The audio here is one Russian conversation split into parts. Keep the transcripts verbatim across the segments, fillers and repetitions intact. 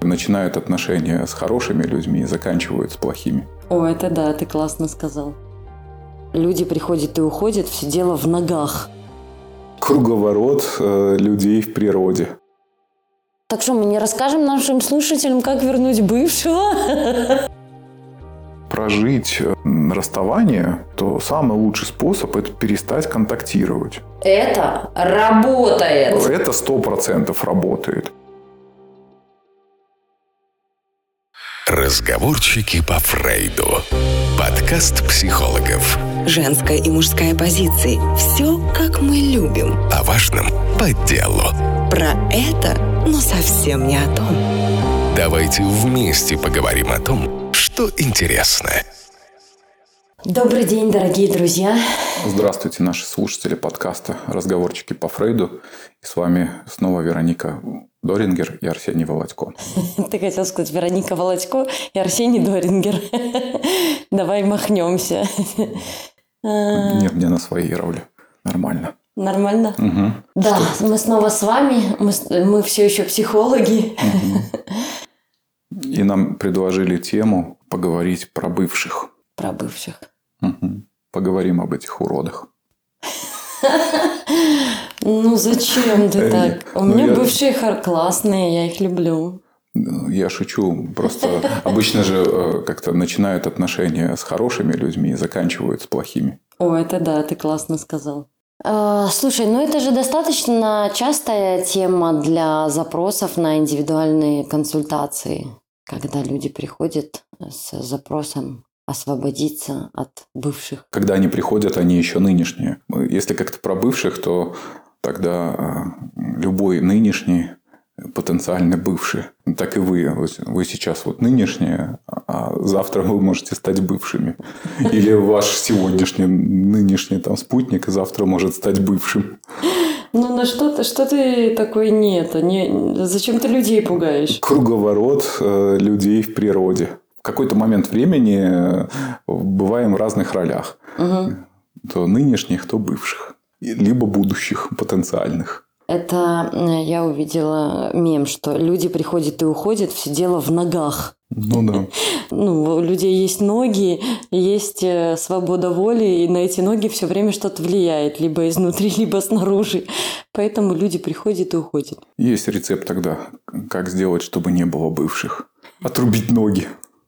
Начинают отношения с хорошими людьми и заканчивают с плохими. О, это да, ты классно сказал. Люди приходят и уходят, все дело в ногах. Круговорот э, людей в природе. Так что, мы не расскажем нашим слушателям, как вернуть бывшего? Прожить расставание, то самый лучший способ – это перестать контактировать. Это работает. Это сто процентов работает. Разговорчики по Фрейду. Подкаст психологов. Женская и мужская позиции. Все, как мы любим. О важном по делу. Про это, но совсем не о том. Давайте вместе поговорим о том, что интересно. Добрый день, дорогие друзья. Здравствуйте, наши слушатели подкаста «Разговорчики по Фрейду». И с вами снова Вероника Дорингер и Арсений Володько. Ты хотел сказать Вероника Володько и Арсений Дорингер. Давай махнемся. Нет, мне на своей роли. Нормально. Нормально? Угу. Да, что? Мы снова с вами. Мы, мы все еще психологи. Угу. И нам предложили тему поговорить про бывших. Про бывших. Угу. Поговорим об этих уродах. Ну, зачем ты так? У меня бывшие классные, я их люблю. Я шучу. Просто обычно же как-то начинают отношения с хорошими людьми и заканчивают с плохими. О, это да, ты классно сказал. Слушай, ну это же достаточно частая тема для запросов на индивидуальные консультации, когда люди приходят с запросом освободиться от бывших. Когда они приходят, они еще нынешние. Если как-то про бывших, то тогда любой нынешний потенциально бывший. Так и вы. Вы сейчас вот нынешние, а завтра вы можете стать бывшими. Или ваш сегодняшний, нынешний там спутник завтра может стать бывшим. Ну, на что ты, что ты такой нет? Не, зачем ты людей пугаешь? Круговорот людей в природе. В какой-то момент времени бываем в разных ролях. Угу. То нынешних, то бывших. Либо будущих потенциальных. Это я увидела мем, что люди приходят и уходят, все дело в ногах. Ну да. Ну, у людей есть ноги, есть свобода воли, и на эти ноги все время что-то влияет, либо изнутри, либо снаружи. Поэтому люди приходят и уходят. Есть рецепт тогда, как сделать, чтобы не было бывших. Отрубить ноги.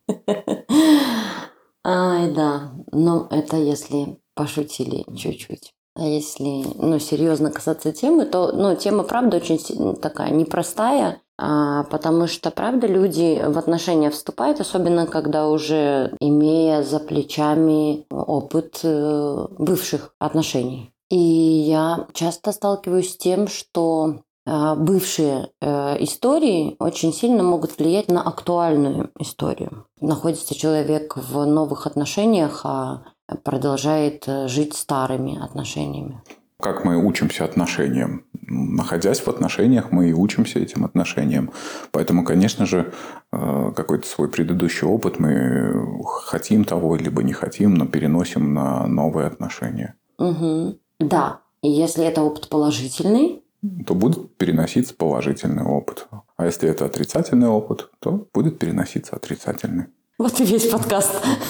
Ай, да. Но это если пошутили чуть-чуть. А если, ну, серьезно касаться темы, то, ну, тема, правда, очень такая непростая, а, потому что, правда, люди в отношения вступают, особенно когда уже имея за плечами опыт э, бывших отношений. И я часто сталкиваюсь с тем, что э, бывшие э, истории очень сильно могут влиять на актуальную историю. Находится человек в новых отношениях, а продолжает жить старыми отношениями. Как мы учимся отношениям? Находясь в отношениях, мы и учимся этим отношениям. Поэтому, конечно же, какой-то свой предыдущий опыт мы хотим того, либо не хотим, но переносим на новые отношения. Угу. Да. И если это опыт положительный, то будет переноситься положительный опыт. А если это отрицательный опыт, то будет переноситься отрицательный. Вот и весь подкаст.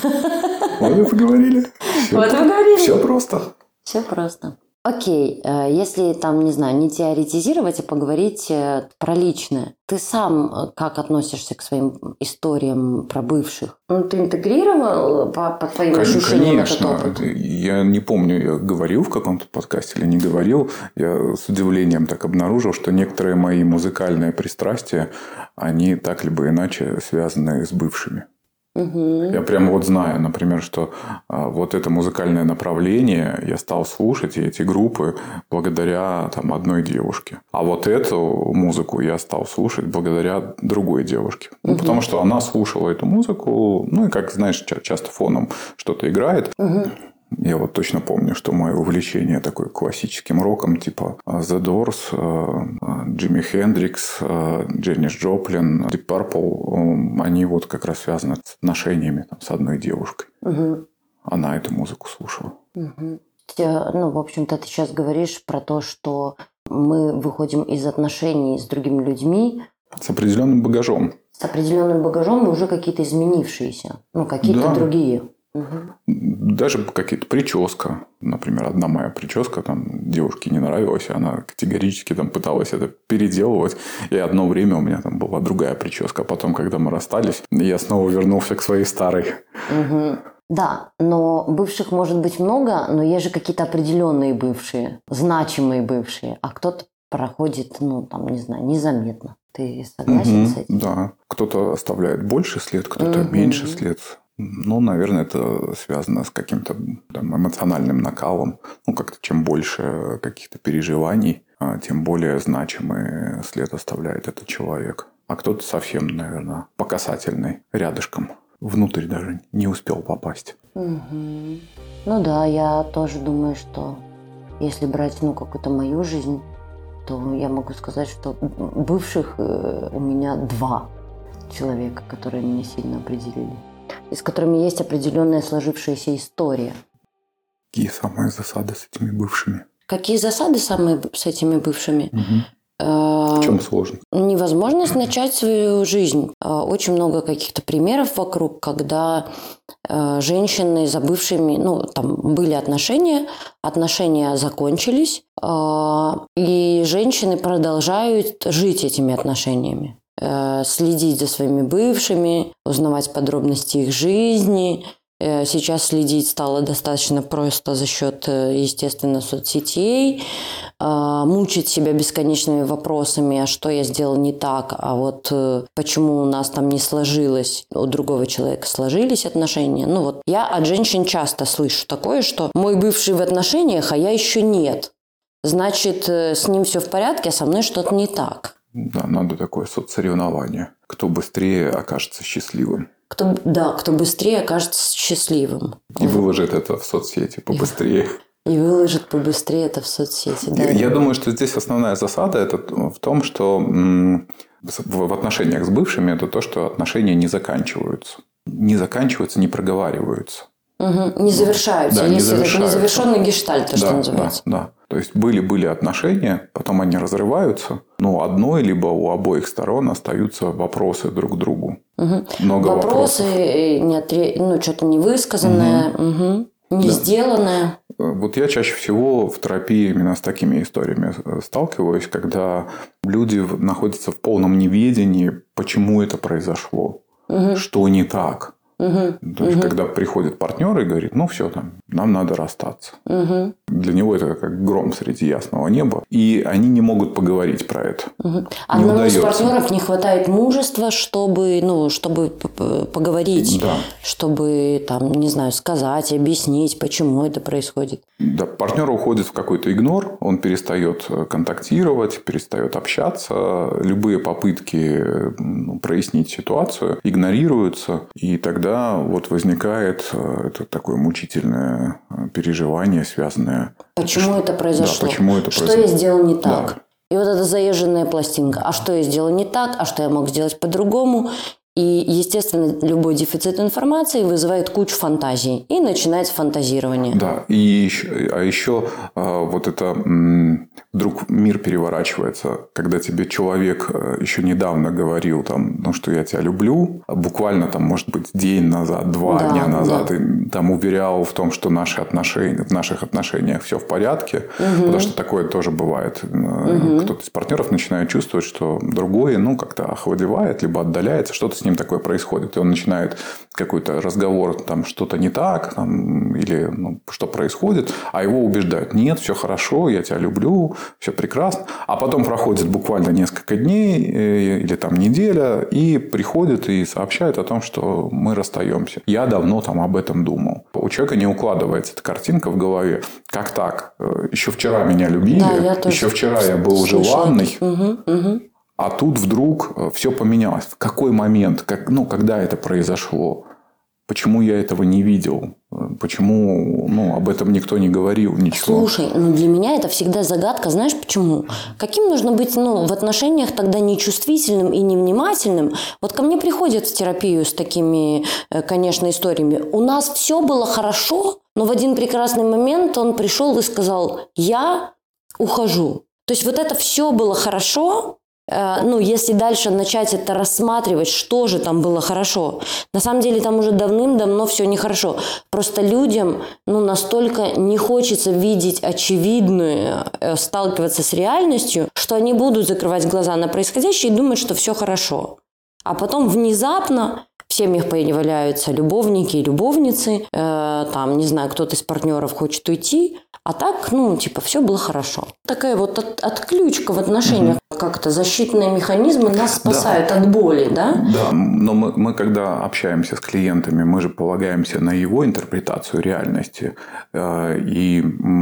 Вот и поговорили. Все, вот и поговорили. Все просто. Все просто. Окей, если там, не знаю, не теоретизировать, а поговорить про личное. Ты сам как относишься к своим историям про бывших? Ну, ты интегрировал по, по твоим Конечно, ощущениям этот опыт? Я не помню, я говорил в каком-то подкасте или не говорил. Я с удивлением так обнаружил, что некоторые мои музыкальные пристрастия, они так либо иначе связаны с бывшими. Угу. Я прямо вот знаю, например, что а, вот это музыкальное направление я стал слушать, и эти группы, благодаря там, одной девушке. А вот эту музыку я стал слушать благодаря другой девушке. Угу. Ну, потому что она слушала эту музыку, ну, и, как знаешь, часто фоном что-то играет. Угу. Я вот точно помню, что мое увлечение такой классическим роком, типа The Doors, Джимми Хендрикс, Дженнис Джоплин, Deep Purple, они вот как раз связаны с отношениями там, с одной девушкой. Угу. Она эту музыку слушала. Угу. Ну, в общем-то, ты сейчас говоришь про то, что мы выходим из отношений с другими людьми. С определенным багажом. С определенным багажом и уже какие-то изменившиеся, ну, какие-то Да. другие. Угу. Даже какие-то прическа. Например, одна моя прическа там девушке не нравилась, и она категорически там пыталась это переделывать. И одно время у меня там была другая прическа. А потом, когда мы расстались, я снова вернулся к своей старой. Угу. Да, но бывших может быть много, но есть же какие-то определенные бывшие, значимые бывшие, а кто-то проходит, ну, там, не знаю, незаметно. Ты согласен Угу, с этим? да. Кто-то оставляет больше след, кто-то Угу. меньше след. Ну, наверное, это связано с каким-то там эмоциональным накалом. Ну, как-то чем больше каких-то переживаний, тем более значимый след оставляет этот человек. А кто-то совсем, наверное, по касательной, рядышком. Внутрь даже не успел попасть. Угу. Ну да, я тоже думаю, что если брать, ну, какую-то мою жизнь, то я могу сказать, что бывших э, у меня два человека, которые меня сильно определили. И с которыми есть определенная сложившаяся история. Какие самые засады с этими бывшими? Какие засады самые с этими бывшими? Угу. В чем сложность? Невозможность начать свою жизнь. Очень много каких-то примеров вокруг, когда женщины за бывшими, ну, там были отношения, отношения закончились, и женщины продолжают жить этими отношениями. Следить за своими бывшими, узнавать подробности их жизни. Сейчас следить стало достаточно просто за счет, естественно, соцсетей. Мучить себя бесконечными вопросами, а что я сделал не так, а вот почему у нас там не сложилось, у другого человека сложились отношения. Ну вот я от женщин часто слышу такое, что мой бывший в отношениях, а я еще нет. Значит, с ним все в порядке, а со мной что-то не так. Да, надо такое соцсоревнование. Кто быстрее окажется счастливым. Кто, да, кто быстрее окажется счастливым. И выложит это в соцсети побыстрее. И выложит побыстрее это в соцсети. Да. Я, я думаю, что здесь основная засада это в том, что м, в отношениях с бывшими это то, что отношения не заканчиваются. Не заканчиваются, не проговариваются. Угу. Не завершаются. Да, Есть не завершаются. незавершенный гештальт, то, да, что называется. Да, да. То есть были-были отношения, потом они разрываются, но одной либо у обоих сторон остаются вопросы друг к другу. Угу. Много вопросы, вопросов. Не отре... ну, что-то невысказанное, угу. Угу. не Да. сделанное. Вот я чаще всего в терапии именно с такими историями сталкиваюсь, когда люди находятся в полном неведении, почему это произошло, угу. что не так. Угу. То есть, угу. когда приходит партнер и говорит, ну все, там, нам надо расстаться. Угу. Для него это как гром среди ясного неба. И они не могут поговорить про это. Угу. Одному из партнеров не хватает мужества, чтобы, ну, чтобы поговорить, да. чтобы, там, не знаю, сказать, объяснить, почему это происходит. Да, партнер уходит в какой-то игнор, он перестает контактировать, перестает общаться. Любые попытки ну, прояснить ситуацию игнорируются. И тогда Да, вот возникает это такое мучительное переживание, связанное... Почему что, это произошло? Да, почему это что произошло? я сделал не так? Да. И вот эта заезженная пластинка. А что я сделал не так? А что я мог сделать по-другому? И, естественно, любой дефицит информации вызывает кучу фантазий. И начинается фантазирование. Да, и еще, а еще вот это вдруг мир переворачивается, когда тебе человек еще недавно говорил, там, ну, что я тебя люблю, буквально там, может быть, день назад, два да, дня назад, да. и там уверял в том, что наши отношения, в наших отношениях все в порядке, угу. потому что такое тоже бывает. Угу. Кто-то из партнеров начинает чувствовать, что другой, ну, как-то охладевает, либо отдаляется, что-то с ним такое происходит. И он начинает какой-то разговор, там что-то не так, там, или ну, что происходит, а его убеждают, нет, все хорошо, я тебя люблю, все прекрасно. А потом проходит буквально несколько дней или там неделя, и приходит и сообщает о том, что мы расстаемся. Я давно там об этом думал. У человека не укладывается эта картинка в голове. Как так? Еще вчера меня любили, да, еще вчера я был желанный. Угу, угу. А тут вдруг все поменялось. В какой момент? Как, ну, когда это произошло? Почему я этого не видел? Почему ну, об этом никто не говорил? Ничего. Слушай, ну для меня это всегда загадка. Знаешь почему? Каким нужно быть ну, в отношениях тогда нечувствительным и невнимательным? Вот ко мне приходят в терапию с такими, конечно, историями. У нас все было хорошо, но в один прекрасный момент он пришел и сказал: я ухожу. То есть вот это все было хорошо, ну, если дальше начать это рассматривать, что же там было хорошо, на самом деле там уже давным-давно все нехорошо. Просто людям, ну, настолько не хочется видеть очевидную, сталкиваться с реальностью, что они будут закрывать глаза на происходящее и думать, что все хорошо. А потом внезапно в семьях появляются любовники и любовницы, э, там, не знаю, кто-то из партнеров хочет уйти, а так, ну, типа, все было хорошо. Такая вот от, отключка в отношениях, угу. Как-то защитные механизмы нас спасают да. от боли, да? Да, но мы, мы, когда общаемся с клиентами, мы же полагаемся на его интерпретацию реальности. Э, и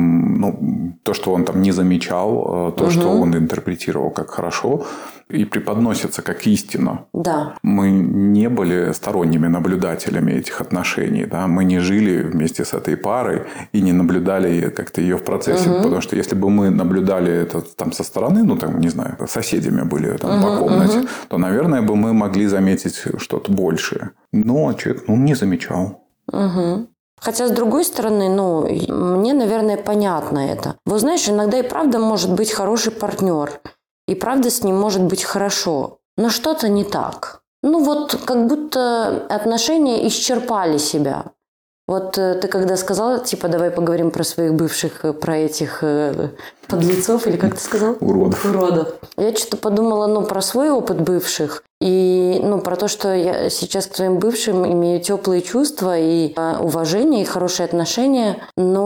ну, то, что он там не замечал, то, угу. что он интерпретировал как хорошо, и преподносится как истина. Да. Мы не были сторонними наблюдателями этих отношений. Да? Мы не жили вместе с этой парой и не наблюдали как-то ее в процессе. Угу. Потому что если бы мы наблюдали это там со стороны, ну, там, не знаю, соседями были там, угу, по комнате, угу. то, наверное, бы мы могли заметить что-то большее. Но человек ну, не замечал. Угу. Хотя, с другой стороны, ну, мне, наверное, понятно это. Вот знаешь, иногда и правда может быть хороший партнер. И правда с ним может быть хорошо, но что-то не так. Ну вот как будто отношения исчерпали себя. Вот ты когда сказала, типа, давай поговорим про своих бывших, про этих э, подлецов, или как ты сказал? Уродов. Уродов. Я что-то подумала, ну, про свой опыт бывших. И, ну, про то, что я сейчас к своим бывшим имею теплые чувства и э, уважение, и хорошие отношения.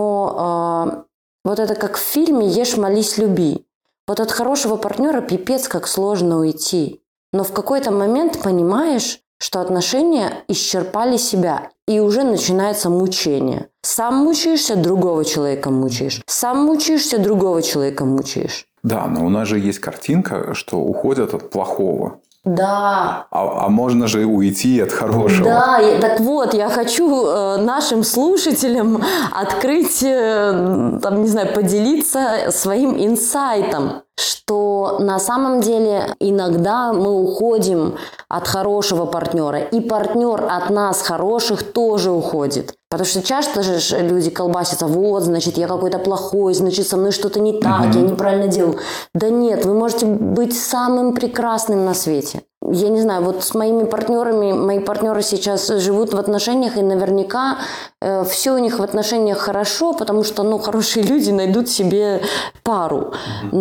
Но э, вот это как в фильме «Ешь, молись, люби». Вот от хорошего партнера пипец как сложно уйти. Но в какой-то момент понимаешь, что отношения исчерпали себя. И уже начинается мучение. Сам мучаешься, другого человека мучаешь. Сам мучаешься, другого человека мучаешь. Да, но у нас же есть картинка, что уходят от плохого. Да. А, а можно же уйти от хорошего. Да, я, так вот, я хочу э, нашим слушателям открыть, э, там, не знаю, поделиться своим инсайтом, что на самом деле иногда мы уходим от хорошего партнера, и партнер от нас хороших тоже уходит. Потому что часто же люди колбасятся, вот, значит, я какой-то плохой, значит, со мной что-то не так, угу. я неправильно делаю. Да нет, вы можете быть самым прекрасным на свете. Я не знаю, вот с моими партнерами, мои партнеры сейчас живут в отношениях, и наверняка э, все у них в отношениях хорошо, потому что, ну, хорошие люди найдут себе пару.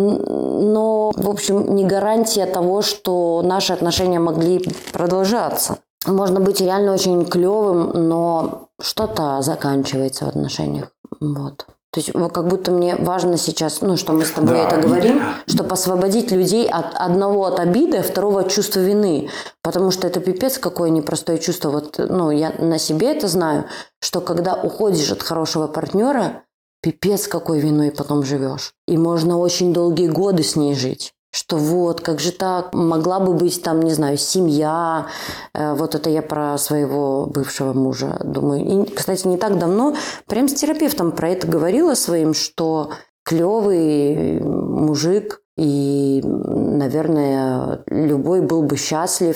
Но, в общем, не гарантия того, что наши отношения могли продолжаться. Можно быть реально очень клевым, но что-то заканчивается в отношениях. Вот. То есть вот как будто мне важно сейчас, ну, что мы с тобой да. это говорим, чтобы освободить людей от одного от обиды, а второго от чувства вины. Потому что это пипец какое непростое чувство. Вот, ну, я на себе это знаю, что когда уходишь от хорошего партнера, пипец какой виной потом живешь. И можно очень долгие годы с ней жить. Что вот, как же так, могла бы быть там, не знаю, семья. Вот это я про своего бывшего мужа думаю. И, кстати, не так давно прям с терапевтом про это говорила своим, что клевый мужик, и, наверное, любой был бы счастлив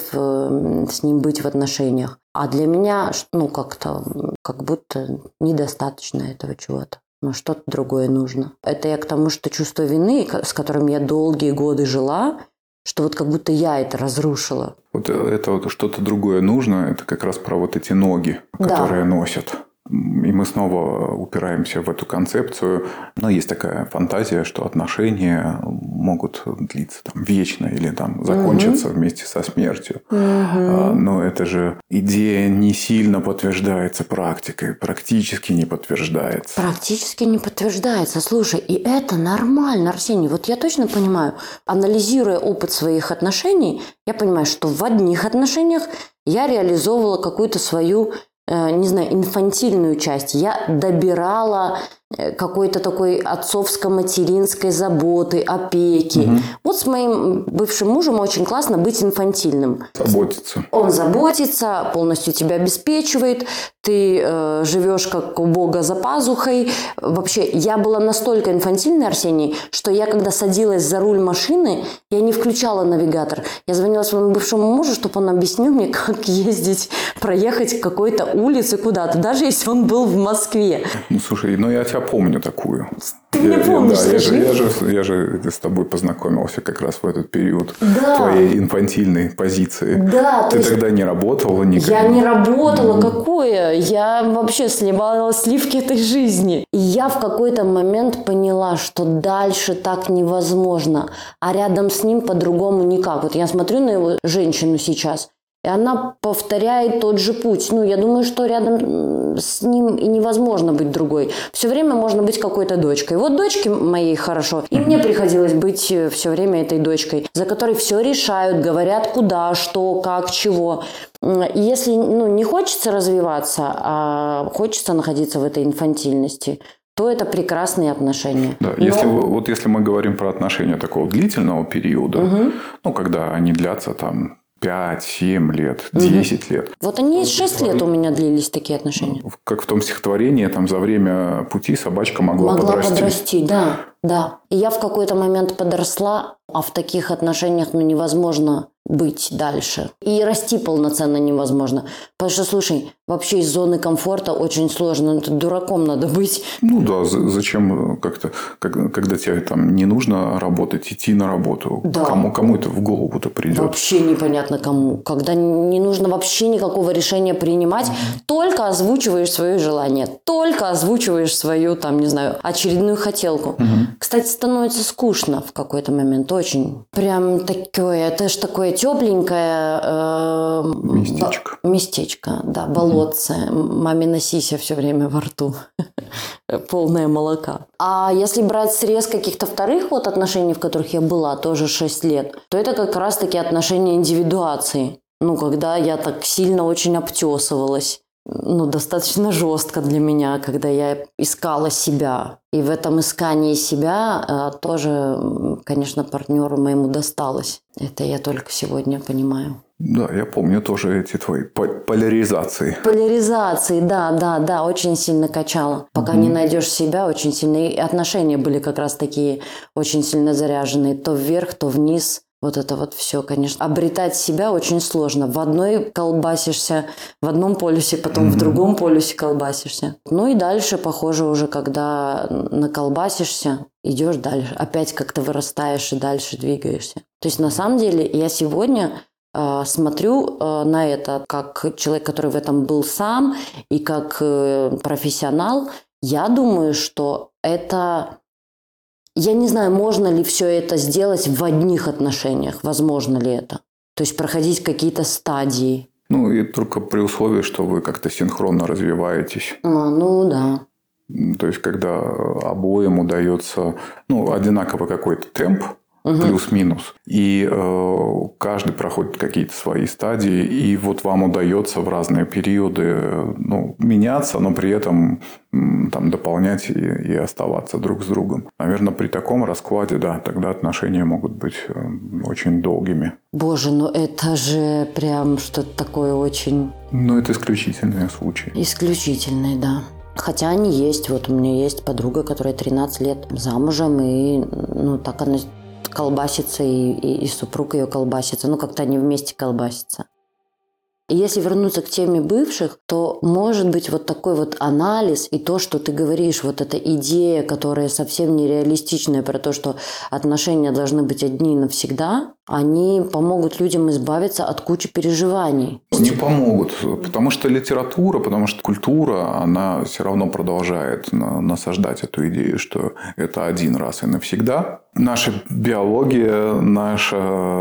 с ним быть в отношениях. А для меня, ну, как-то, как будто недостаточно этого чего-то. Но что-то другое нужно. Это я к тому, что чувство вины, с которым я долгие годы жила, что вот как будто я это разрушила. Вот это вот что-то другое нужно, это как раз про вот эти ноги, которые да. носят. И мы снова упираемся в эту концепцию. Но есть такая фантазия, что отношения могут длиться там, вечно или там, закончиться угу. вместе со смертью. Угу. Но это же идея не сильно подтверждается практикой, практически не подтверждается. Практически не подтверждается. Слушай, и это нормально, Арсений. Вот я точно понимаю, анализируя опыт своих отношений, я понимаю, что в одних отношениях я реализовывала какую-то свою, не знаю, инфантильную часть. Я добирала какой-то такой отцовско-материнской заботы, опеки. Угу. Вот с моим бывшим мужем очень классно быть инфантильным. Заботиться. Он заботится, полностью тебя обеспечивает. Ты э, живешь как у Бога за пазухой. Вообще, я была настолько инфантильной, Арсений, что я, когда садилась за руль машины, я не включала навигатор. Я звонила своему бывшему мужу, чтобы он объяснил мне, как ездить, проехать к какой-то улице куда-то, даже если он был в Москве. Ну, слушай, ну я тебя помню такую. Ты я, не помнишь, я, да, я, же, скажи. я, же, я же с тобой познакомился как раз в этот период Да. твоей инфантильной позиции. Да, Ты то есть тогда не работала никогда. я не работала, какое? Я вообще сливала сливки этой жизни. И я в какой-то момент поняла, что дальше так невозможно, а рядом с ним по-другому никак. Вот я смотрю на его женщину сейчас, и она повторяет тот же путь. Ну, я думаю, что рядом с ним и невозможно быть другой. Все время можно быть какой-то дочкой. Вот дочке моей хорошо, и мне приходилось быть все время этой дочкой, за которой все решают, говорят куда, что, как, чего. И если ну, не хочется развиваться, а хочется находиться в этой инфантильности, то это прекрасные отношения. Да, Но... если, вот если мы говорим про отношения такого длительного периода, угу. ну, когда они длятся там пять, семь лет, десять угу. лет. Вот они шесть лет у меня длились, такие отношения. Как в том стихотворении, там за время пути собачка могла, могла подрасти. Могла подрасти, да, да. И я в какой-то момент подросла, а в таких отношениях ну, невозможно быть дальше. И расти полноценно невозможно. Потому что, слушай, вообще из зоны комфорта очень сложно. Это дураком надо быть. Ну да, зачем как-то, когда тебе там не нужно работать, идти на работу? Да. Кому, кому это в голову-то придет? Вообще непонятно кому. Когда не нужно вообще никакого решения принимать, mm-hmm. только озвучиваешь свое желание, только озвучиваешь свою, там, не знаю, очередную хотелку. Mm-hmm. Кстати, становится скучно в какой-то момент. Очень. Прям такое, это ж такое тепленькое э, местечко. Б- местечко, да, болотце. Mm-hmm. Мамина сися все время во рту. Полное молока. А если брать срез каких-то вторых вот отношений, в которых я была, тоже шесть лет, то это как раз-таки отношения индивидуации. Ну, когда я так сильно очень обтесывалась. Ну, достаточно жестко для меня, когда я искала себя. И в этом искании себя э, тоже, конечно, партнеру моему досталось. Это я только сегодня понимаю. Да, я помню тоже эти твои поляризации. Поляризации, да, да, да, очень сильно качало. Пока mm-hmm. не найдешь себя, очень сильно. И отношения были как раз такие очень сильно заряженные. То вверх, то вниз. Вот это вот все, конечно. Обретать себя очень сложно. В одной колбасишься, в одном полюсе, потом mm-hmm. в другом полюсе колбасишься. Ну и дальше, похоже, уже когда наколбасишься, идешь дальше. Опять как-то вырастаешь и дальше двигаешься. То есть на самом деле я сегодня э, смотрю э, на это как человек, который в этом был сам, и как э, профессионал. Я думаю, что это... Я не знаю, можно ли все это сделать в одних отношениях, возможно ли это. То есть проходить какие-то стадии. Ну, и только при условии, что вы как-то синхронно развиваетесь. А, ну, да. То есть, когда обоим удается, ну, одинаковый какой-то темп, угу. плюс-минус, и э, каждый проходит какие-то свои стадии, и вот вам удается в разные периоды ну, меняться, но при этом там, дополнять и, и оставаться друг с другом. Наверное, при таком раскладе, да, тогда отношения могут быть очень долгими. Боже, ну это же прям что-то такое очень... Ну, это исключительные случаи. Исключительные, да. Хотя они есть. Вот у меня есть подруга, которая тринадцать лет замужем, и ну так она колбасится, и, и, и супруг ее колбасится. Ну, как-то они вместе колбасятся. И если вернуться к теме бывших, то может быть вот такой вот анализ и то, что ты говоришь, вот эта идея, которая совсем нереалистичная про то, что отношения должны быть одни навсегда, они помогут людям избавиться от кучи переживаний. Не помогут, потому что литература, потому что культура, она все равно продолжает насаждать эту идею, что это один раз и навсегда. Наша биология, наша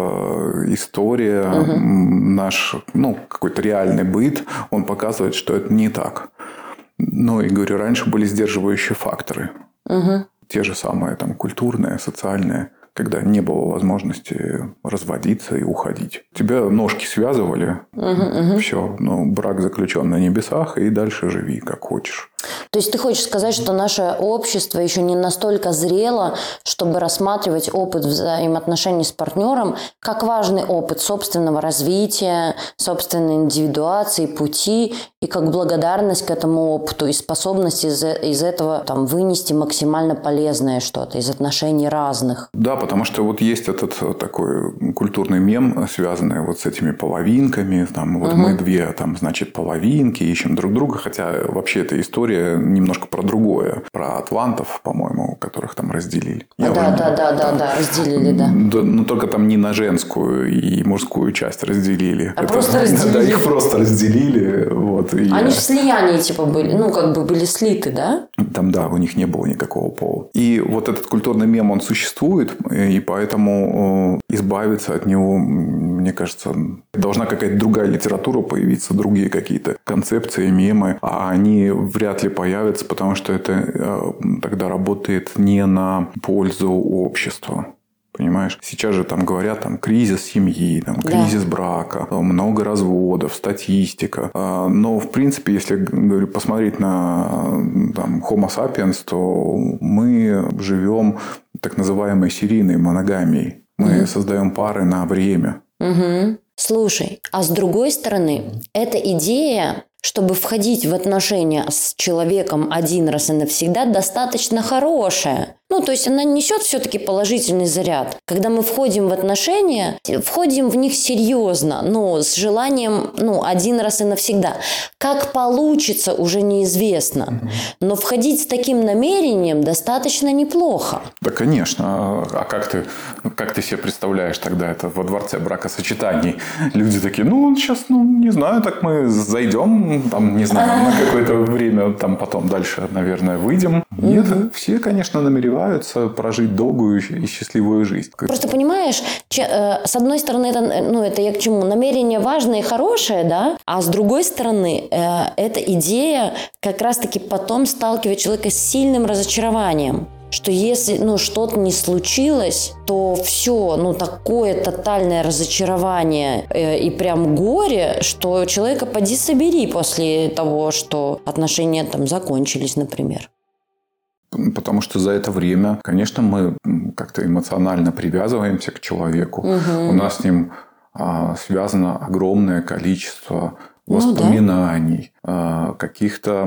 история, угу. наш ну, какой-то реальный быт, он показывает, что это не так. Ну, и говорю, раньше были сдерживающие факторы. Угу. Те же самые там, культурные, социальные. Когда не было возможности разводиться и уходить. Тебя ножки связывали, угу, угу. все, ну, брак заключен на небесах, и дальше живи, как хочешь. То есть ты хочешь сказать, что наше общество еще не настолько зрело, чтобы рассматривать опыт взаимоотношений с партнером как важный опыт собственного развития, собственной индивидуации, пути, и как благодарность к этому опыту и способность из, из этого там, вынести максимально полезное что-то из отношений разных. Да, потому что вот есть этот такой культурный мем, связанный вот с этими половинками. Там, вот угу. мы две, там, значит, половинки, ищем друг друга. Хотя вообще эта история немножко про другое. Про атлантов, по-моему, которых там разделили. Да, да, да, да, да, да, разделили, да. да. Но только там не на женскую и мужскую часть разделили. А это, просто разделили. Да, их просто разделили. Вот, и Они же в слиянии, типа, были. Ну, как бы были слиты, да? Там, да, у них не было никакого пола. И вот этот культурный мем, он существует, и поэтому избавиться от него, мне кажется, должна какая-то другая литература появиться, другие какие-то концепции, мемы, а они вряд ли появятся, потому что это тогда работает не на пользу общества. Понимаешь? Сейчас же там говорят, там, кризис семьи, там, кризис да. брака, много разводов, статистика. Но, в принципе, если говорю, посмотреть на там, Homo sapiens, то мы живем так называемой серийной моногамией. Мы mm-hmm. создаем пары на время. Mm-hmm. Слушай, а с другой стороны, эта идея, чтобы входить в отношения с человеком один раз и навсегда, достаточно хорошая. Ну, то есть она несет все-таки положительный заряд. Когда мы входим в отношения, входим в них серьезно, но с желанием, ну, один раз и навсегда. Как получится, уже неизвестно. Но входить с таким намерением достаточно неплохо. Да, конечно. А как ты, как ты себе представляешь тогда это во дворце бракосочетаний? Люди такие, ну, сейчас, ну, не знаю, так мы зайдем, там, не знаю, на какое-то время, там, потом дальше, наверное, выйдем. Нет, все, конечно, намереваются прожить долгую и счастливую жизнь. Просто понимаешь, че, э, с одной стороны, это, ну, это я к чему? Намерение важное и хорошее, да? А с другой стороны, э, эта идея как раз-таки потом сталкивает человека с сильным разочарованием. Что если, ну, что-то не случилось, то все, ну, такое тотальное разочарование э, и прям горе, что человека поди собери после того, что отношения там закончились, например. Потому что за это время, конечно, мы как-то эмоционально привязываемся к человеку. Угу. У нас с ним а, связано огромное количество воспоминаний, ну, да. каких-то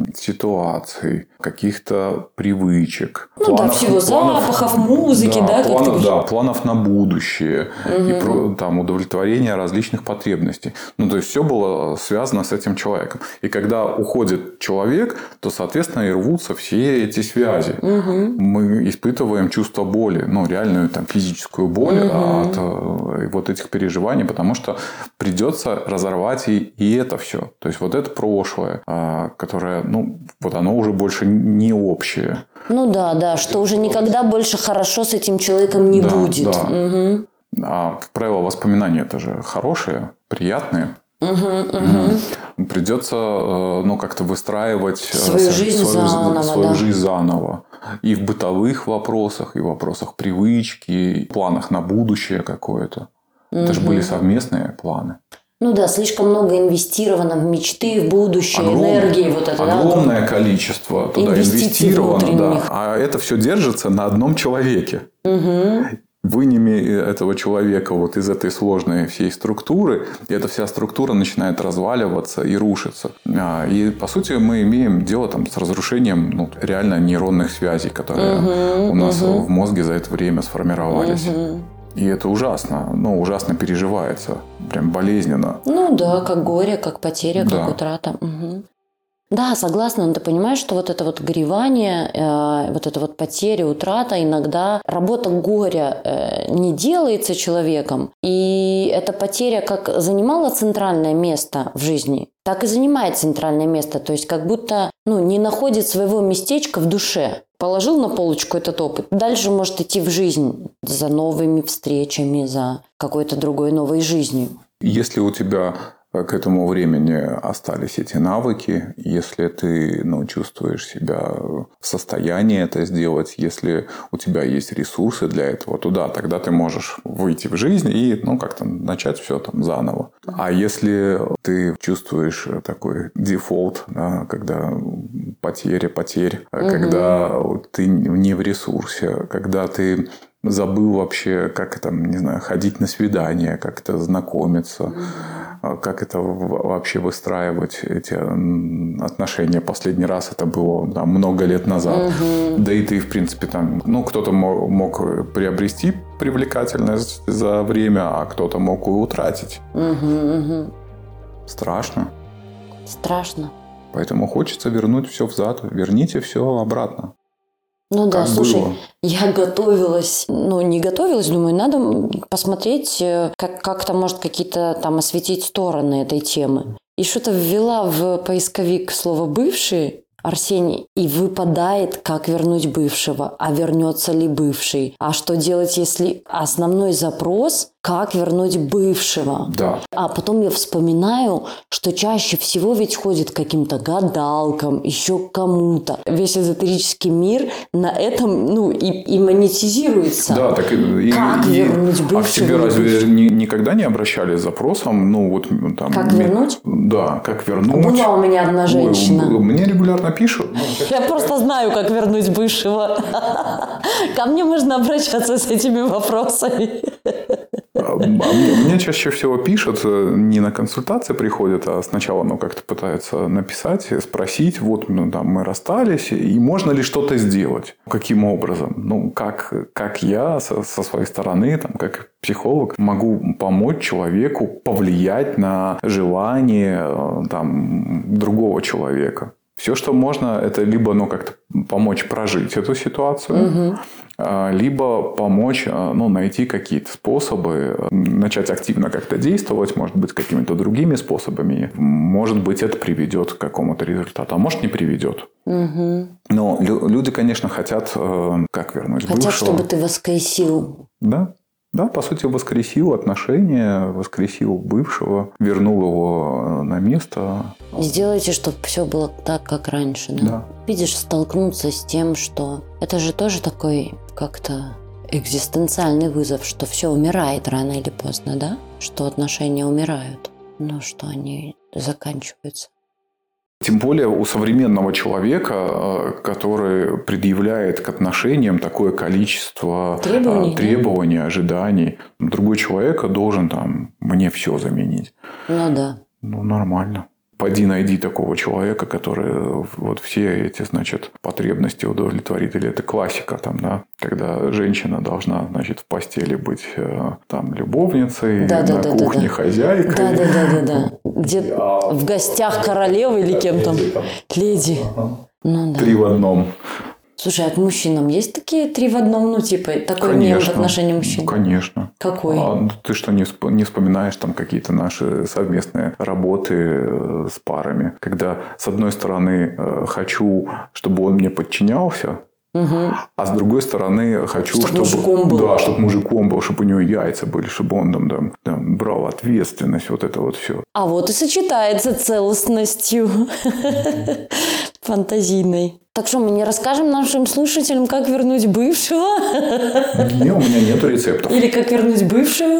ситуаций, каких-то привычек. Ну планов, да, всего планов, запахов, музыки, да, да, планов, да, планов на будущее, угу. и про, там, удовлетворение различных потребностей. Ну, то есть, все было связано с этим человеком. И когда уходит человек, то, соответственно, и рвутся все эти связи. Угу. Мы испытываем чувство боли, ну, реальную там, физическую боль угу. от э, вот этих переживаний, потому что придется разорвать и, и это все. То есть, вот это прошлое, э, которое, ну, вот оно уже больше не общее. Ну да, да, что уже никогда больше хорошо с этим человеком не да, будет. Да. Угу. А, как правило, воспоминания это же хорошие, приятные. Угу, угу. Придется, ну, как-то выстраивать свою жизнь свою, заново. Свою да. жизнь заново. И в бытовых вопросах, и в вопросах привычки, и в планах на будущее какое-то. Угу. Это же были совместные планы. Ну да, слишком много инвестировано в мечты, в будущее, Огром... энергии. Вот это, огромное да? количество туда инвестировано. Да. А это все держится на одном человеке. Угу. Вынеми этого человека вот из этой сложной всей структуры, и эта вся структура начинает разваливаться и рушиться. И, по сути, мы имеем дело там, с разрушением ну, реально нейронных связей, которые угу, у нас угу. в мозге за это время сформировались. Угу. И это ужасно, ну, ужасно переживается, прям болезненно. Ну да, как горе, как потеря, да. как утрата. Угу. Да, согласна, но ты понимаешь, что вот это вот горевание, э, вот эта вот потеря, утрата, иногда работа горя э, не делается человеком, и эта потеря как занимала центральное место в жизни, так и занимает центральное место, то есть как будто ну, не находит своего местечка в душе. Положил на полочку этот опыт, дальше может идти в жизнь за новыми встречами, за какой-то другой новой жизнью. Если у тебя к этому времени остались эти навыки, если ты ну, чувствуешь себя в состоянии это сделать, если у тебя есть ресурсы для этого, то да, тогда ты можешь выйти в жизнь и ну, как-то начать все там заново. А если ты чувствуешь такой дефолт, да, когда потеря потерь, угу. когда ты не в ресурсе, когда ты забыл вообще, как там, не знаю, ходить на свидание, как-то знакомиться. как это вообще выстраивать, эти отношения. Последний раз это было да, много лет назад. Угу. Да и ты, в принципе, там, ну, кто-то мог, мог приобрести привлекательность за время, а кто-то мог и утратить. Угу, угу. Страшно. Страшно. Поэтому хочется вернуть все взад. Верните все обратно. Ну да, как слушай, было. Я готовилась, ну не готовилась, думаю, надо посмотреть, как, как-то, может, какие-то там осветить стороны этой темы. И что-то ввела в поисковик слово «бывший», Арсений, и выпадает, как вернуть бывшего, а вернется ли бывший, а что делать, если основной запрос – как вернуть бывшего. Да. А потом я вспоминаю, что чаще всего ведь ходит к каким-то гадалкам, еще к кому-то. Весь эзотерический мир на этом, ну, и, и монетизируется. Да, так и, как и, вернуть бывшего? А к тебе разве ни, никогда не обращались с запросом, ну вот там. Как ми, вернуть? Да, как вернуть. Была у меня одна женщина. Ой, мне регулярно пишут. Я просто знаю, как вернуть бывшего. Ко мне можно обращаться с этими вопросами. А мне, мне чаще всего пишут, не на консультации приходят, а сначала ну, как-то пытаются написать, спросить, вот ну, там, мы расстались, и можно ли что-то сделать? Каким образом? Ну, как, как я со, со своей стороны, там, как психолог, могу помочь человеку повлиять на желание там, другого человека? Все, что можно, это либо ну, как-то помочь прожить эту ситуацию, угу. либо помочь ну, найти какие-то способы, начать активно как-то действовать, может быть, какими-то другими способами. Может быть, это приведет к какому-то результату, а может, не приведет. Угу. Но лю- люди, конечно, хотят как вернуть хотят, бывшего. чтобы ты воскресил. Да. Да, по сути, воскресил отношения, воскресил бывшего, вернул его на место. Сделайте, чтобы все было так, как раньше. Да? Да. Видишь, столкнуться с тем, что это же тоже такой как-то экзистенциальный вызов, что все умирает рано или поздно, да? Что отношения умирают, но что они заканчиваются. Тем более у современного человека, который предъявляет к отношениям такое количество требований, требований, ожиданий. Другой человек должен там мне все заменить. Ну да. Ну, нормально. Пойди найди такого человека, который вот все эти, значит, потребности удовлетворит. Или это классика, там, да, когда женщина должна, значит, в постели быть там любовницей, да, на да, кухне да, да. хозяйкой. Да, да, да, да, да. Где а, в гостях королевы или кем там? Леди. Ага. Ну, да. Три в одном. Слушай, а к мужчинам есть такие три в одном, ну, типа, такой мем в отношении мужчин? Конечно. Какой? А ты что, не, всп- не вспоминаешь там какие-то наши совместные работы с парами? Когда, с одной стороны, хочу, чтобы он мне подчинялся, угу. а с другой стороны, хочу, чтобы... чтобы мужиком был. Да, чтобы мужиком был, чтобы у него яйца были, чтобы он там, там, там брал ответственность, вот это вот все. А вот и сочетается целостностью фантазийной. Так что мы не расскажем нашим слушателям, как вернуть бывшего? Не, у меня нету рецептов. Или как вернуть бывшего?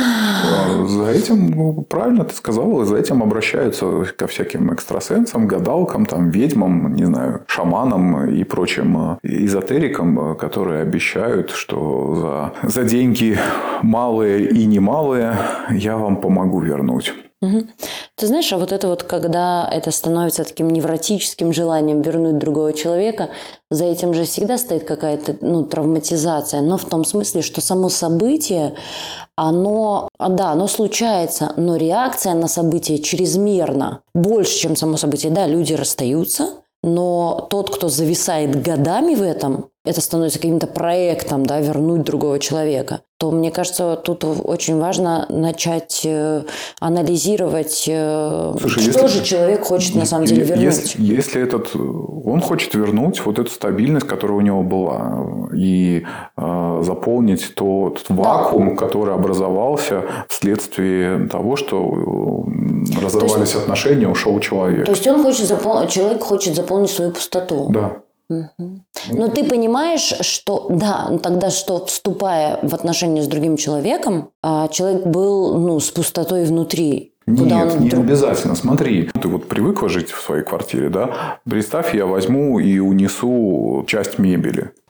За этим, ну, правильно ты сказала, за этим обращаются ко всяким экстрасенсам, гадалкам, там, ведьмам, не знаю, шаманам и прочим эзотерикам, которые обещают, что за, за деньги малые и немалые я вам помогу вернуть. Угу. Ты знаешь, а вот это вот, когда это становится таким невротическим желанием вернуть другого человека, за этим же всегда стоит какая-то ну, травматизация, но в том смысле, что само событие, оно, да, оно случается, но реакция на событие чрезмерна, больше, чем само событие. Да, люди расстаются, но тот, кто зависает годами в этом, это становится каким-то проектом, да, вернуть другого человека, то, мне кажется, тут очень важно начать анализировать, Слушай, что если, же человек хочет на самом деле вернуть. Если, если этот, он хочет вернуть вот эту стабильность, которая у него была, и э, заполнить тот вакуум, да. который образовался вследствие того, что разорвались есть, отношения, ушел человек. То есть он хочет запол... человек хочет заполнить свою пустоту. Да. Угу. Но ты понимаешь, что да, тогда что, вступая в отношения с другим человеком, человек был ну, с пустотой внутри. Нет, он... не обязательно. Смотри, ты вот привыкла жить в своей квартире, да? Представь, я возьму и унесу часть мебели.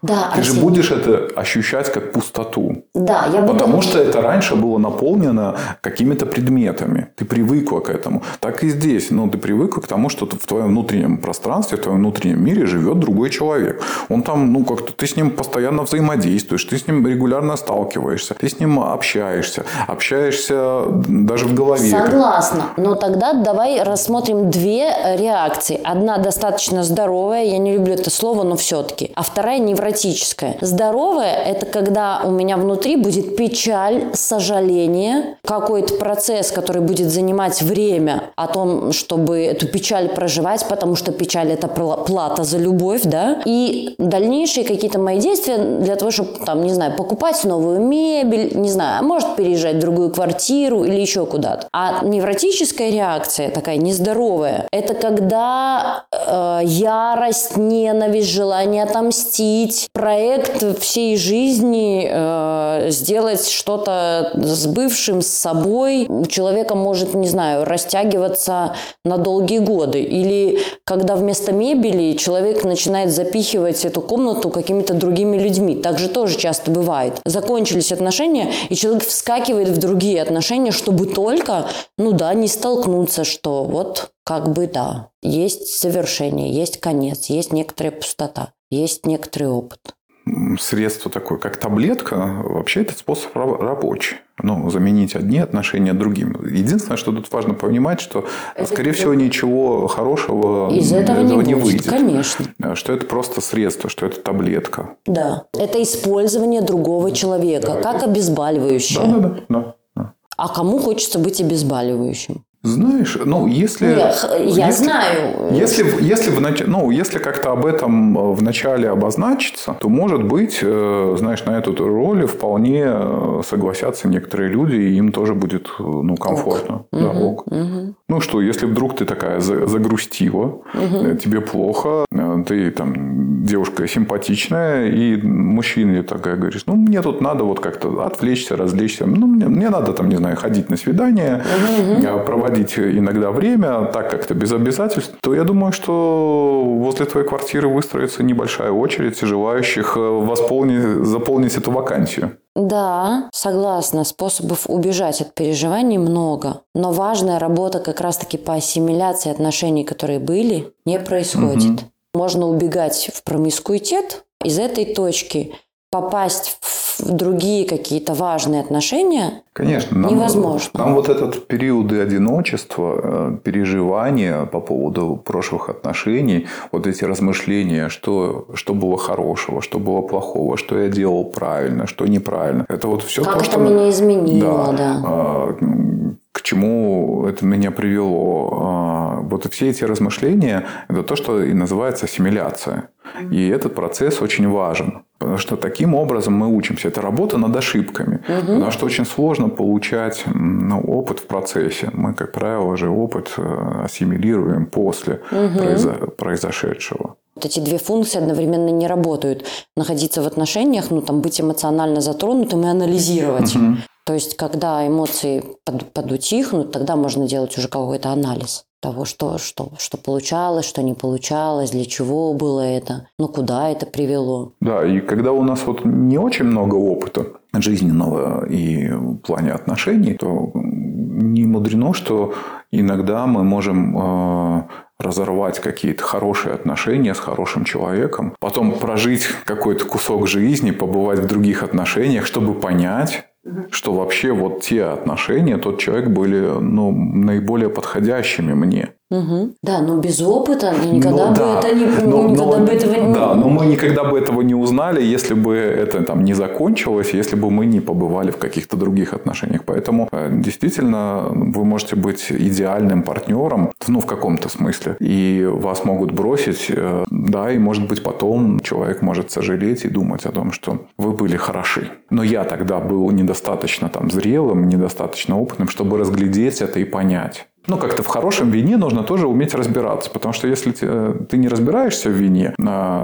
Да, Ты Арсений. же будешь это ощущать как пустоту. Да, я буду... Потому что это раньше было наполнено какими-то предметами. Ты привыкла к этому. Так и здесь. Но ты привыкла к тому, что в твоем внутреннем пространстве, в твоем внутреннем мире живет другой человек. Он там, ну, как-то ты с ним постоянно взаимодействуешь, ты с ним регулярно сталкиваешься, ты с ним общаешься, общаешься даже в голове. Согласна. Но тогда давай рассмотрим две реакции. Одна достаточно здоровая, я не люблю это слово, но все-таки. А вторая невротическая. Здоровая – это когда у меня внутри будет печаль, сожаление, какой-то процесс, который будет занимать время о том, чтобы эту печаль проживать, потому что печаль – это плата за любовь, да, и дальнейшие какие-то мои действия для того, чтобы, там, не знаю, покупать новую мебель, не знаю, а может переезжать в другую квартиру или еще куда-то. А невротическая реакция, такая нездоровая, это когда э, ярость, ненависть, желание отомстить, проект всей жизни, э, сделать что-то с бывшим, с собой. У человека может, не знаю, растягиваться на долгие годы. Или когда вместо мебели человек начинает запихивать эту комнату какими-то другими людьми. Так же тоже часто бывает. Закончились отношения, и человек вскакивает в другие отношения, чтобы только, ну да, не столкнуться, что вот как бы да, есть завершение, есть конец, есть некоторая пустота. Есть некоторый опыт. Средство такое, как таблетка, вообще этот способ рабочий. Ну, заменить одни отношения другими. Единственное, что тут важно понимать, что, это скорее всего, ничего хорошего из этого, этого не, не выйдет. Конечно. Что это просто средство, что это таблетка. Да. Это использование другого человека, да, как это... обезболивающее. Да, да, да, да. А кому хочется быть обезболивающим? Знаешь, ну, если... Я, я если, знаю. Если, если, в нач... ну, если как-то об этом в начале обозначиться, то, может быть, знаешь, на эту роль вполне согласятся некоторые люди, и им тоже будет, ну, комфортно. Ок. Да, угу, ок. Угу. Ну, что, если вдруг ты такая загрустила, угу. тебе плохо, ты там девушка симпатичная, и мужчине такая говоришь, ну, мне тут надо вот как-то отвлечься, развлечься, ну, мне, мне надо там, не знаю, ходить на свидание, угу. проводить иногда время, так как-то без обязательств, то я думаю, что возле твоей квартиры выстроится небольшая очередь желающих восполнить, заполнить эту вакансию. Да, согласна. Способов убежать от переживаний много. Но важная работа как раз-таки по ассимиляции отношений, которые были, не происходит. Угу. Можно убегать в промискуитет, из этой точки попасть в другие какие-то важные отношения. Конечно, нам, невозможно. Нам вот этот периоды одиночества, переживания по поводу прошлых отношений, вот эти размышления, что, что было хорошего, что было плохого, что я делал правильно, что неправильно. Это вот все как то, это что... меня изменило, да. да. К чему это меня привело. Вот все эти размышления – это то, что и называется ассимиляция. И этот процесс очень важен. Потому что таким образом мы учимся. Это работа над ошибками. Угу. Потому что очень сложно получать, ну, опыт в процессе. Мы, как правило, же опыт ассимилируем после угу. произо- произошедшего. Вот эти две функции одновременно не работают. Находиться в отношениях, ну, там, быть эмоционально затронутым и анализировать. Угу. То есть, когда эмоции подутихнут, тогда можно делать уже какой-то анализ того, что, что, что получалось, что не получалось, для чего было это, ну, куда это привело. Да, и когда у нас вот не очень много опыта жизненного и в плане отношений, то не мудрено, что иногда мы можем э, разорвать какие-то хорошие отношения с хорошим человеком, потом прожить какой-то кусок жизни, побывать в других отношениях, чтобы понять, что вообще вот те отношения, тот человек были, ну, наиболее подходящими мне. Угу. Да, но без опыта никогда ну, бы да. это не, но, никогда но, бы этого не... Да, но мы никогда бы этого не узнали, если бы это там не закончилось, если бы мы не побывали в каких-то других отношениях. Поэтому действительно вы можете быть идеальным партнером, ну, в каком-то смысле, и вас могут бросить, да, и может быть потом человек может сожалеть и думать о том, что вы были хороши. Но я тогда был недостаточно там зрелым, недостаточно опытным, чтобы разглядеть это и понять. Ну, как-то в хорошем вине нужно тоже уметь разбираться. Потому что если ты не разбираешься в вине,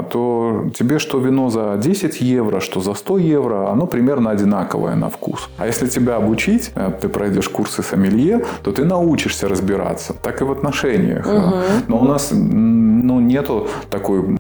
то тебе что вино за десять евро, что за сто евро, оно примерно одинаковое на вкус. А если тебя обучить, ты пройдешь курсы сомелье, то ты научишься разбираться. Так и в отношениях. Угу. Но у нас, ну, нету такой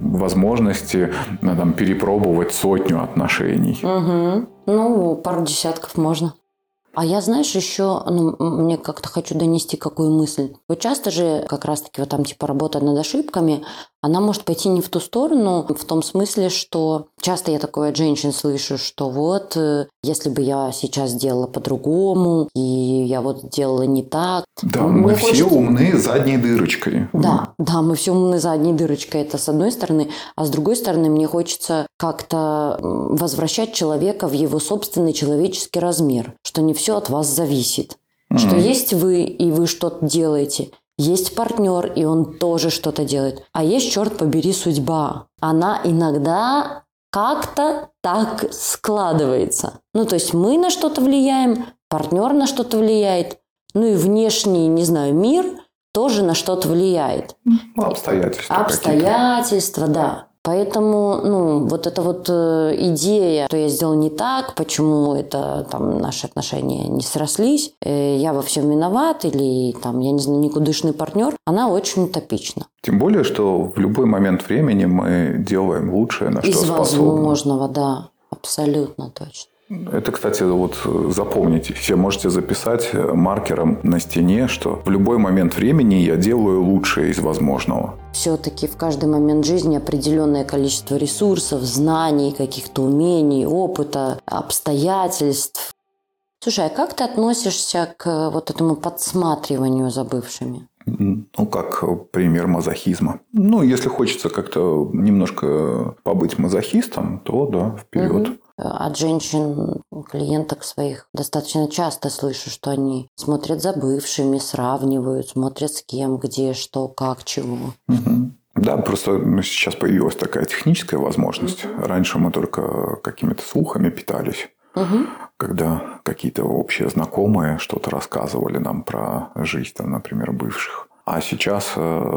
возможности там, перепробовать сотню отношений. Угу. Ну, пару десятков можно. А я, знаешь, еще, ну, мне как-то хочу донести какую мысль. Вот часто же как раз-таки вот там типа работа над ошибками, она может пойти не в ту сторону, в том смысле, что часто я такое от женщин слышу, что вот, если бы я сейчас сделала по-другому, и я вот делала не так. Да, мне мы хочется... все умны задней дырочкой. Да, да, мы все умны задней дырочкой, это с одной стороны, а с другой стороны мне хочется как-то возвращать человека в его собственный человеческий размер, что не все от вас зависит, mm-hmm. что есть вы, и вы что-то делаете. Есть партнер, и он тоже что-то делает. А есть, черт побери, судьба. Она иногда как-то так складывается. Ну, то есть мы на что-то влияем, партнер на что-то влияет, ну и внешний, не знаю, мир тоже на что-то влияет. Обстоятельства. Обстоятельства, какие-то. Да. Поэтому, ну, вот эта вот идея, что я сделал не так, почему это там наши отношения не срослись, я во всем виноват или там, я не знаю, никудышный партнер, она очень утопична. Тем более, что в любой момент времени мы делаем лучшее, на что способны. Из возможного, да, абсолютно точно. Это, кстати, вот запомните. Все можете записать маркером на стене, что в любой момент времени я делаю лучшее из возможного. Все-таки в каждый момент жизни определенное количество ресурсов, знаний, каких-то умений, опыта, обстоятельств. Слушай, а как ты относишься к вот этому подсматриванию за бывшими? Ну, как пример мазохизма. Ну, если хочется как-то немножко побыть мазохистом, то да, вперед. Угу. От женщин, клиенток своих достаточно часто слышу, что они смотрят за бывшими, сравнивают, смотрят с кем, где, что, как, чего. Угу. Да, просто сейчас появилась такая техническая возможность. Угу. Раньше мы только какими-то слухами питались. Угу. Когда какие-то общие знакомые что-то рассказывали нам про жизнь, там, например, бывших. А сейчас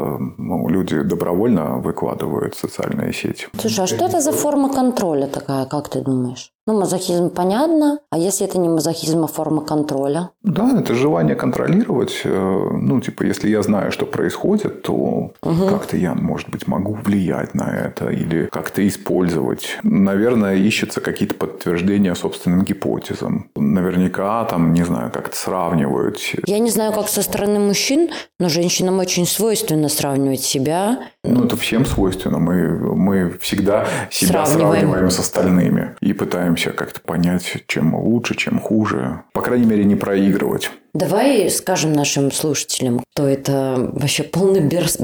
ну, люди добровольно выкладывают в социальные сети. Слушай, а что это за форма контроля такая, как ты думаешь? Ну, мазохизм понятно, а если это не мазохизм, а форма контроля? Да, это желание контролировать. Ну, типа, если я знаю, что происходит, то угу. как-то я, может быть, могу влиять на это или как-то использовать. Наверное, ищутся какие-то подтверждения собственным гипотезам. Наверняка, там, не знаю, как-то сравнивают. Я не знаю, как со стороны мужчин, но женщинам очень свойственно сравнивать себя. Ну, это всем свойственно. Мы, мы всегда себя сравниваем. сравниваем с остальными и пытаемся как-то понять, чем лучше, чем хуже. По крайней мере, не проигрывать. Давай скажем нашим слушателям, кто это вообще полный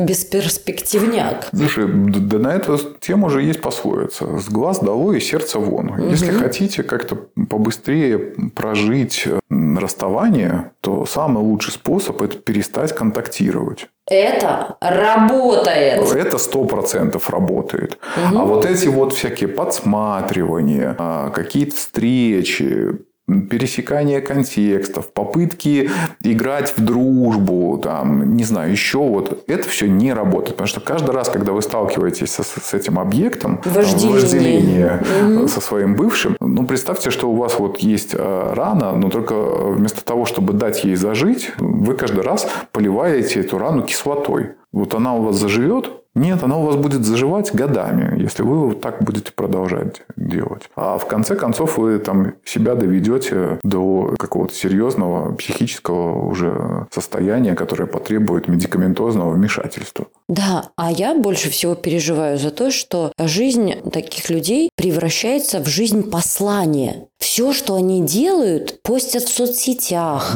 бесперспективняк. Слушай, да на эту тему уже есть пословица. С глаз долой и сердце вон. Угу. Если хотите как-то побыстрее прожить расставание, то самый лучший способ – это перестать контактировать. Это работает. Это сто процентов работает. Угу. А вот эти вот всякие подсматривания, какие-то встречи, пересекание контекстов, попытки играть в дружбу, там, не знаю, еще вот, это все не работает. Потому что каждый раз, когда вы сталкиваетесь со, с этим объектом, вожделение, вожделение угу. со своим бывшим, ну, представьте, что у вас вот есть рана, но только вместо того, чтобы дать ей зажить, вы каждый раз поливаете эту рану кислотой. Вот она у вас заживет? Нет, она у вас будет заживать годами, если вы вот так будете продолжать делать. А в конце концов вы там себя доведете до какого-то серьезного психического уже состояния, которое потребует медикаментозного вмешательства. Да, а я больше всего переживаю за то, что жизнь таких людей превращается в жизнь послания. Все, что они делают, постят в соцсетях.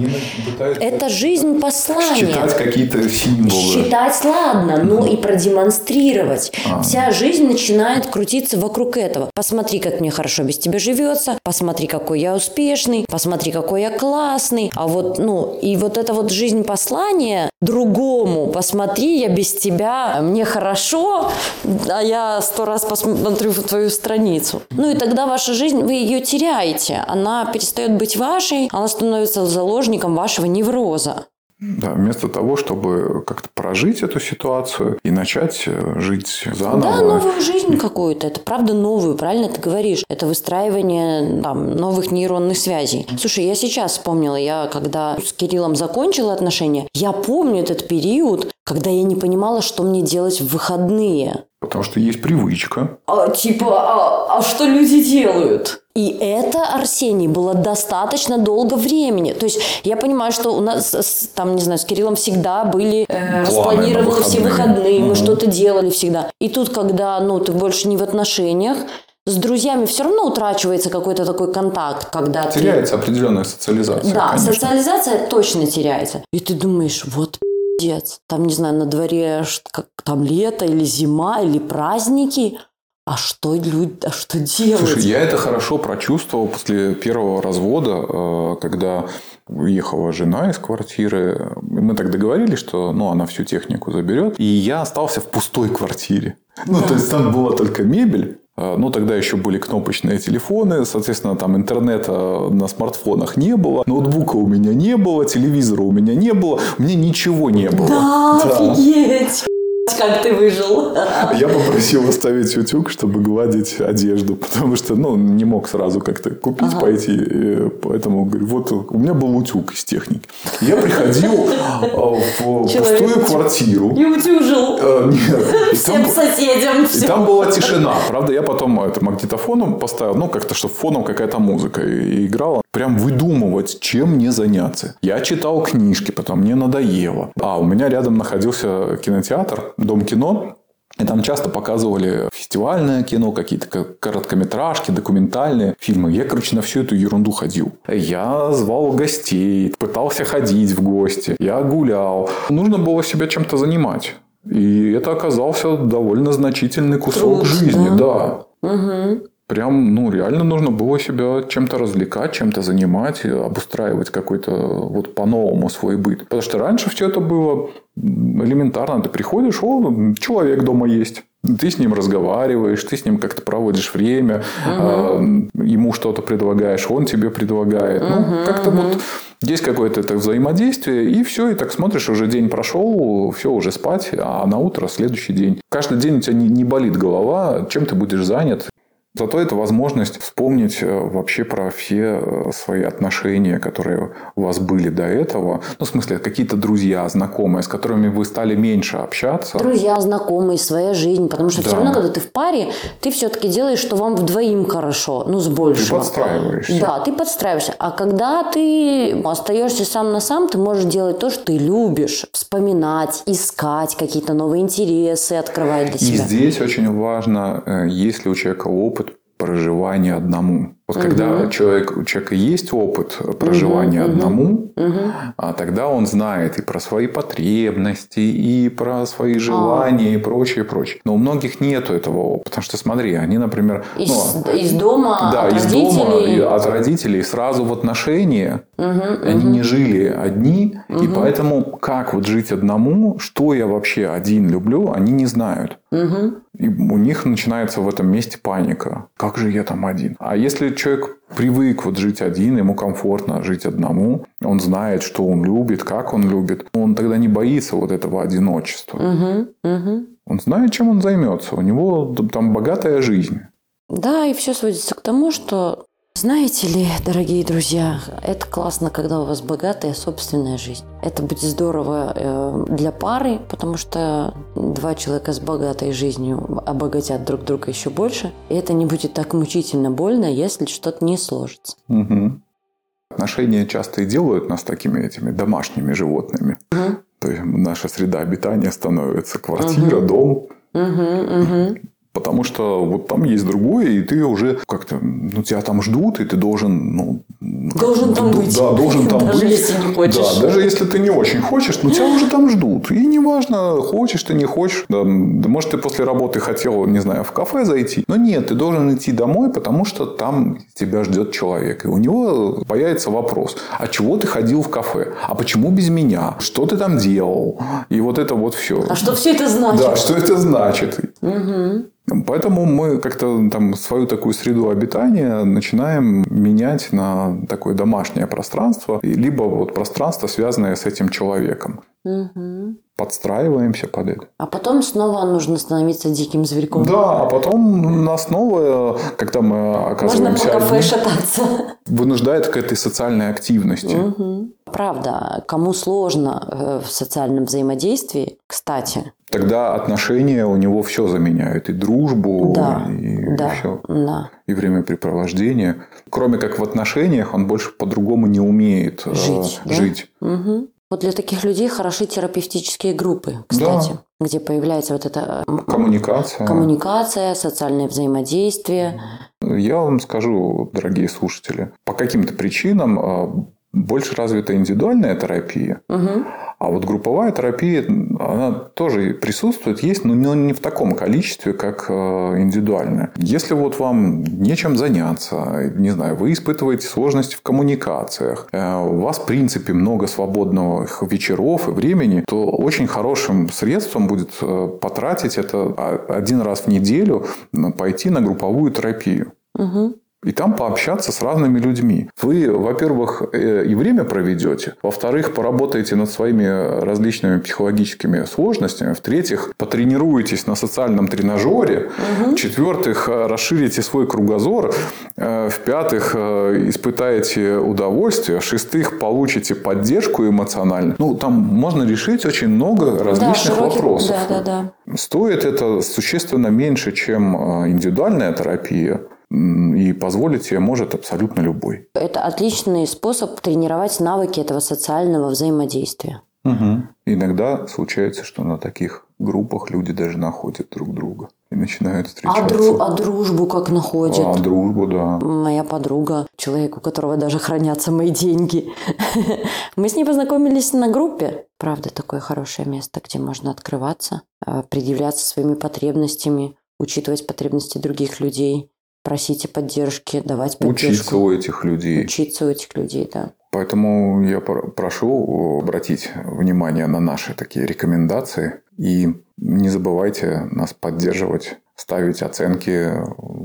Это жизнь послания. Считать какие-то символы. Считать, ладно, но и продемонстрировать. А. Вся жизнь начинает крутиться вокруг этого. Посмотри, как мне хорошо без тебя живется. Посмотри, какой я успешный. Посмотри, какой я классный. А вот, ну, и вот эта вот жизнь послания другому. Посмотри, я без тебя, мне хорошо, а я сто раз посмотрю в твою страницу. Ну и тогда ваша жизнь, вы ее теряете. Она перестает быть вашей, она становится заложником вашего невроза. Да, вместо того, чтобы как-то прожить эту ситуацию и начать жить заново. Да, новую жизнь какую-то. Это правда новую, правильно ты говоришь. Это выстраивание там, новых нейронных связей. Слушай, я сейчас вспомнила, я когда с Кириллом закончила отношения, я помню этот период, когда я не понимала, что мне делать в выходные. потому что есть привычка. А, типа, а, а что люди делают? И это, Арсений, было достаточно долго времени. То есть я понимаю, что у нас с, там, не знаю, с Кириллом всегда были э, распланированы все выходные, угу. мы что-то делали всегда. И тут, когда ну, ты больше не в отношениях, с друзьями все равно утрачивается какой-то такой контакт, когда теряется ты... определенная социализация. Да, конечно. социализация точно теряется. И ты думаешь, вот пиздец, там, не знаю, на дворе как, там лето или зима, или праздники. А что люди, а что делать? Слушай, я это хорошо прочувствовал после первого развода, когда уехала жена из квартиры. Мы так договорились, что ну, она всю технику заберет. И я остался в пустой квартире. Ну, да. То есть, там была только мебель. Ну, тогда еще были кнопочные телефоны. Соответственно, там интернета на смартфонах не было. Ноутбука у меня не было. Телевизора у меня не было. У меня ничего не было. Да, да. Офигеть! Как ты выжил? Я попросил оставить утюг, чтобы гладить одежду. Потому что, ну, не мог сразу как-то купить, ага. пойти. И поэтому, говорю, вот у меня был утюг из техники. Я приходил в пустую квартиру. И утюжил. Нет. Всем соседям. И там была тишина. Правда, я потом это магнитофоном поставил, ну, как-то, чтобы фоном какая-то музыка играла. Прям выдумывать, чем мне заняться. Я читал книжки, потом мне надоело. А у меня рядом находился кинотеатр, Дом кино. И там часто показывали фестивальное кино, какие-то короткометражки, документальные фильмы. Я, короче, на всю эту ерунду ходил. Я звал гостей, пытался ходить в гости. Я гулял. Нужно было себя чем-то занимать. И это оказался довольно значительный кусок Труд, жизни. Да. да. Угу. Прям, ну, реально нужно было себя чем-то развлекать, чем-то занимать, обустраивать какой-то вот по-новому свой быт. Потому что раньше все это было элементарно. Ты приходишь, о, человек дома есть. Ты с ним разговариваешь, ты с ним как-то проводишь время, угу. ему что-то предлагаешь, он тебе предлагает. Угу, ну, как-то угу. вот есть какое-то это взаимодействие, и все, и так смотришь, уже день прошел, все, уже спать, а на утро следующий день. Каждый день у тебя не, не болит голова, чем ты будешь занят. Зато это возможность вспомнить вообще про все свои отношения, которые у вас были до этого. Ну, в смысле, какие-то друзья, знакомые, с которыми вы стали меньше общаться. Друзья, знакомые, своя жизнь. Потому что да. все равно, когда ты в паре, ты все-таки делаешь, что вам вдвоим хорошо. Ну, с большего. Ты подстраиваешься. Да, ты подстраиваешься. А когда ты остаешься сам на сам, ты можешь делать то, что ты любишь. Вспоминать, искать какие-то новые интересы, открывать для себя. И здесь очень важно, есть ли у человека опыт проживания одному. Вот угу. когда человек, у человека есть опыт проживания угу, одному, угу. а тогда он знает и про свои потребности, и про свои желания, а. и прочее, прочее. Но у многих нету этого опыта. Потому что, смотри, они, например... Из, ну, из дома, да, от из родителей. дома, от родителей сразу в отношения. Угу, они угу. не жили одни. Угу. И поэтому, как вот жить одному, что я вообще один люблю, они не знают. Угу. И у них начинается в этом месте паника. Как же я там один? А если человек привык вот жить один, ему комфортно жить одному, он знает, что он любит, как он любит, он тогда не боится вот этого одиночества. Угу. Угу. Он знает, чем он займется. У него там богатая жизнь. Да, и все сводится к тому, что... Знаете ли, дорогие друзья, это классно, когда у вас богатая собственная жизнь. Это будет здорово для пары, потому что два человека с богатой жизнью обогатят друг друга еще больше. И это не будет так мучительно больно, если что-то не сложится. Угу. Отношения часто и делают нас такими этими домашними животными. Угу. То есть наша среда обитания становится квартира, угу. дом. Угу, угу. Потому что вот там есть другое, и ты уже как-то, ну, тебя там ждут, и ты должен, ну... Должен там быть. Да, должен там даже быть. Даже если не хочешь. Да, даже если ты не очень хочешь, но тебя уже там ждут. И неважно, хочешь ты, не хочешь. Да, может, ты после работы хотел, не знаю, в кафе зайти. Но нет, ты должен идти домой, потому что там тебя ждет человек. И у него появится вопрос. А чего ты ходил в кафе? А почему без меня? Что ты там делал? И вот это вот все. А что все это значит? Да, что это значит? Угу. Поэтому мы как-то там свою такую среду обитания начинаем менять на такое домашнее пространство, либо вот пространство, связанное с этим человеком. Угу. Подстраиваемся под это. А потом снова нужно становиться диким зверьком. Да, а потом нас снова, когда мы оказываемся можно по кафе одни, шататься. вынуждает к этой социальной активности. Угу. Правда, кому сложно в социальном взаимодействии, кстати. Тогда отношения у него все заменяют. И дружбу, да, и, да, и все. Да. И времяпрепровождение. Кроме как в отношениях, он больше по-другому не умеет жить. Э, жить. Да? Угу. Вот для таких людей хороши терапевтические группы, кстати, да. где появляется вот эта коммуникация, коммуникация, социальное взаимодействие. Я вам скажу, дорогие слушатели, по каким-то причинам больше развита индивидуальная терапия, угу. а вот групповая терапия, она тоже присутствует, есть, но не в таком количестве, как индивидуальная. Если вот вам нечем заняться, не знаю, вы испытываете сложности в коммуникациях, у вас, в принципе, много свободных вечеров и времени, то очень хорошим средством будет потратить это один раз в неделю, пойти на групповую терапию. Угу. И там пообщаться с разными людьми. Вы, во-первых, и время проведете. Во-вторых, поработаете над своими различными психологическими сложностями. В-третьих, потренируетесь на социальном тренажере. Угу. В-четвертых, расширите свой кругозор. В-пятых, испытаете удовольствие. В-шестых, получите поддержку эмоциональную. Ну, там можно решить очень много различных да, вопросов. Да, да, да. Стоит это существенно меньше, чем индивидуальная терапия. И позволить себе может абсолютно любой. Это отличный способ тренировать навыки этого социального взаимодействия. Угу. Иногда случается, что на таких группах люди даже находят друг друга и начинают встречаться. А, дру... а дружбу как находят? А дружбу, да. Моя подруга, человек, у которого даже хранятся мои деньги. Мы с ней познакомились на группе. Правда, такое хорошее место, где можно открываться, предъявляться своими потребностями, учитывать потребности других людей. Просите поддержки, давать поддержку. Учиться у этих людей. Учиться у этих людей, да. Поэтому я прошу обратить внимание на наши такие рекомендации. И не забывайте нас поддерживать, ставить оценки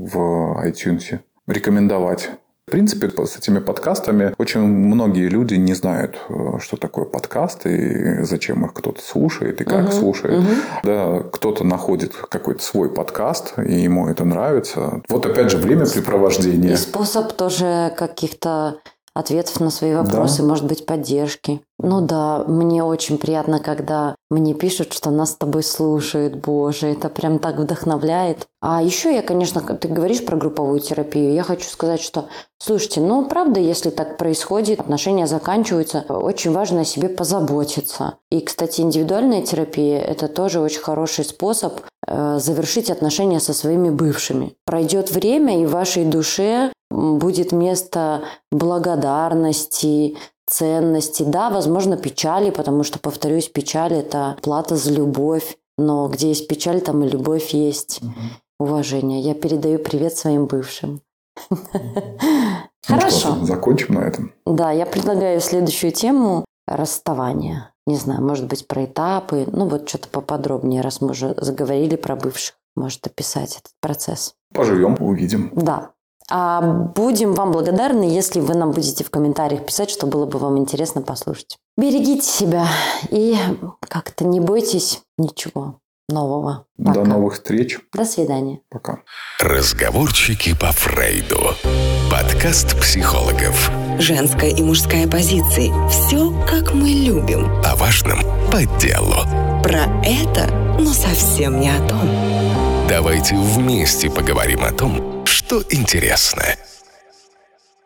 в iTunes, рекомендовать. В принципе, с этими подкастами очень многие люди не знают, что такое подкаст и зачем их кто-то слушает и как uh-huh, слушает. Uh-huh. Да, кто-то находит какой-то свой подкаст, и ему это нравится. Вот опять же времяпрепровождение. И способ тоже каких-то ответов на свои вопросы, да. может быть, поддержки. Ну да, мне очень приятно, когда мне пишут, что нас с тобой слушают. Боже, это прям так вдохновляет. А еще я, конечно, ты говоришь про групповую терапию, я хочу сказать, что, слушайте, ну, правда, если так происходит, отношения заканчиваются, очень важно о себе позаботиться. И, кстати, индивидуальная терапия – это тоже очень хороший способ э, завершить отношения со своими бывшими. Пройдет время, и в вашей душе будет место благодарности, ценности, да, возможно, печали, потому что, повторюсь, печаль – это плата за любовь, но где есть печаль, там и любовь есть, угу. уважение. Я передаю привет своим бывшим. Хорошо. Закончим на этом. Да, я предлагаю следующую тему – расставание. Не знаю, может быть, про этапы, ну вот что-то поподробнее, раз мы уже заговорили про бывших, может описать этот процесс. Поживем, увидим. Да. А будем вам благодарны, если вы нам будете в комментариях писать, что было бы вам интересно послушать. Берегите себя и как-то не бойтесь ничего нового. Пока. До новых встреч. До свидания. Пока. Разговорчики по Фрейду. Подкаст психологов. Женская и мужская позиции. Все, как мы любим. О важном по делу. Про это, но совсем не о том. Давайте вместе поговорим о том, что интересно.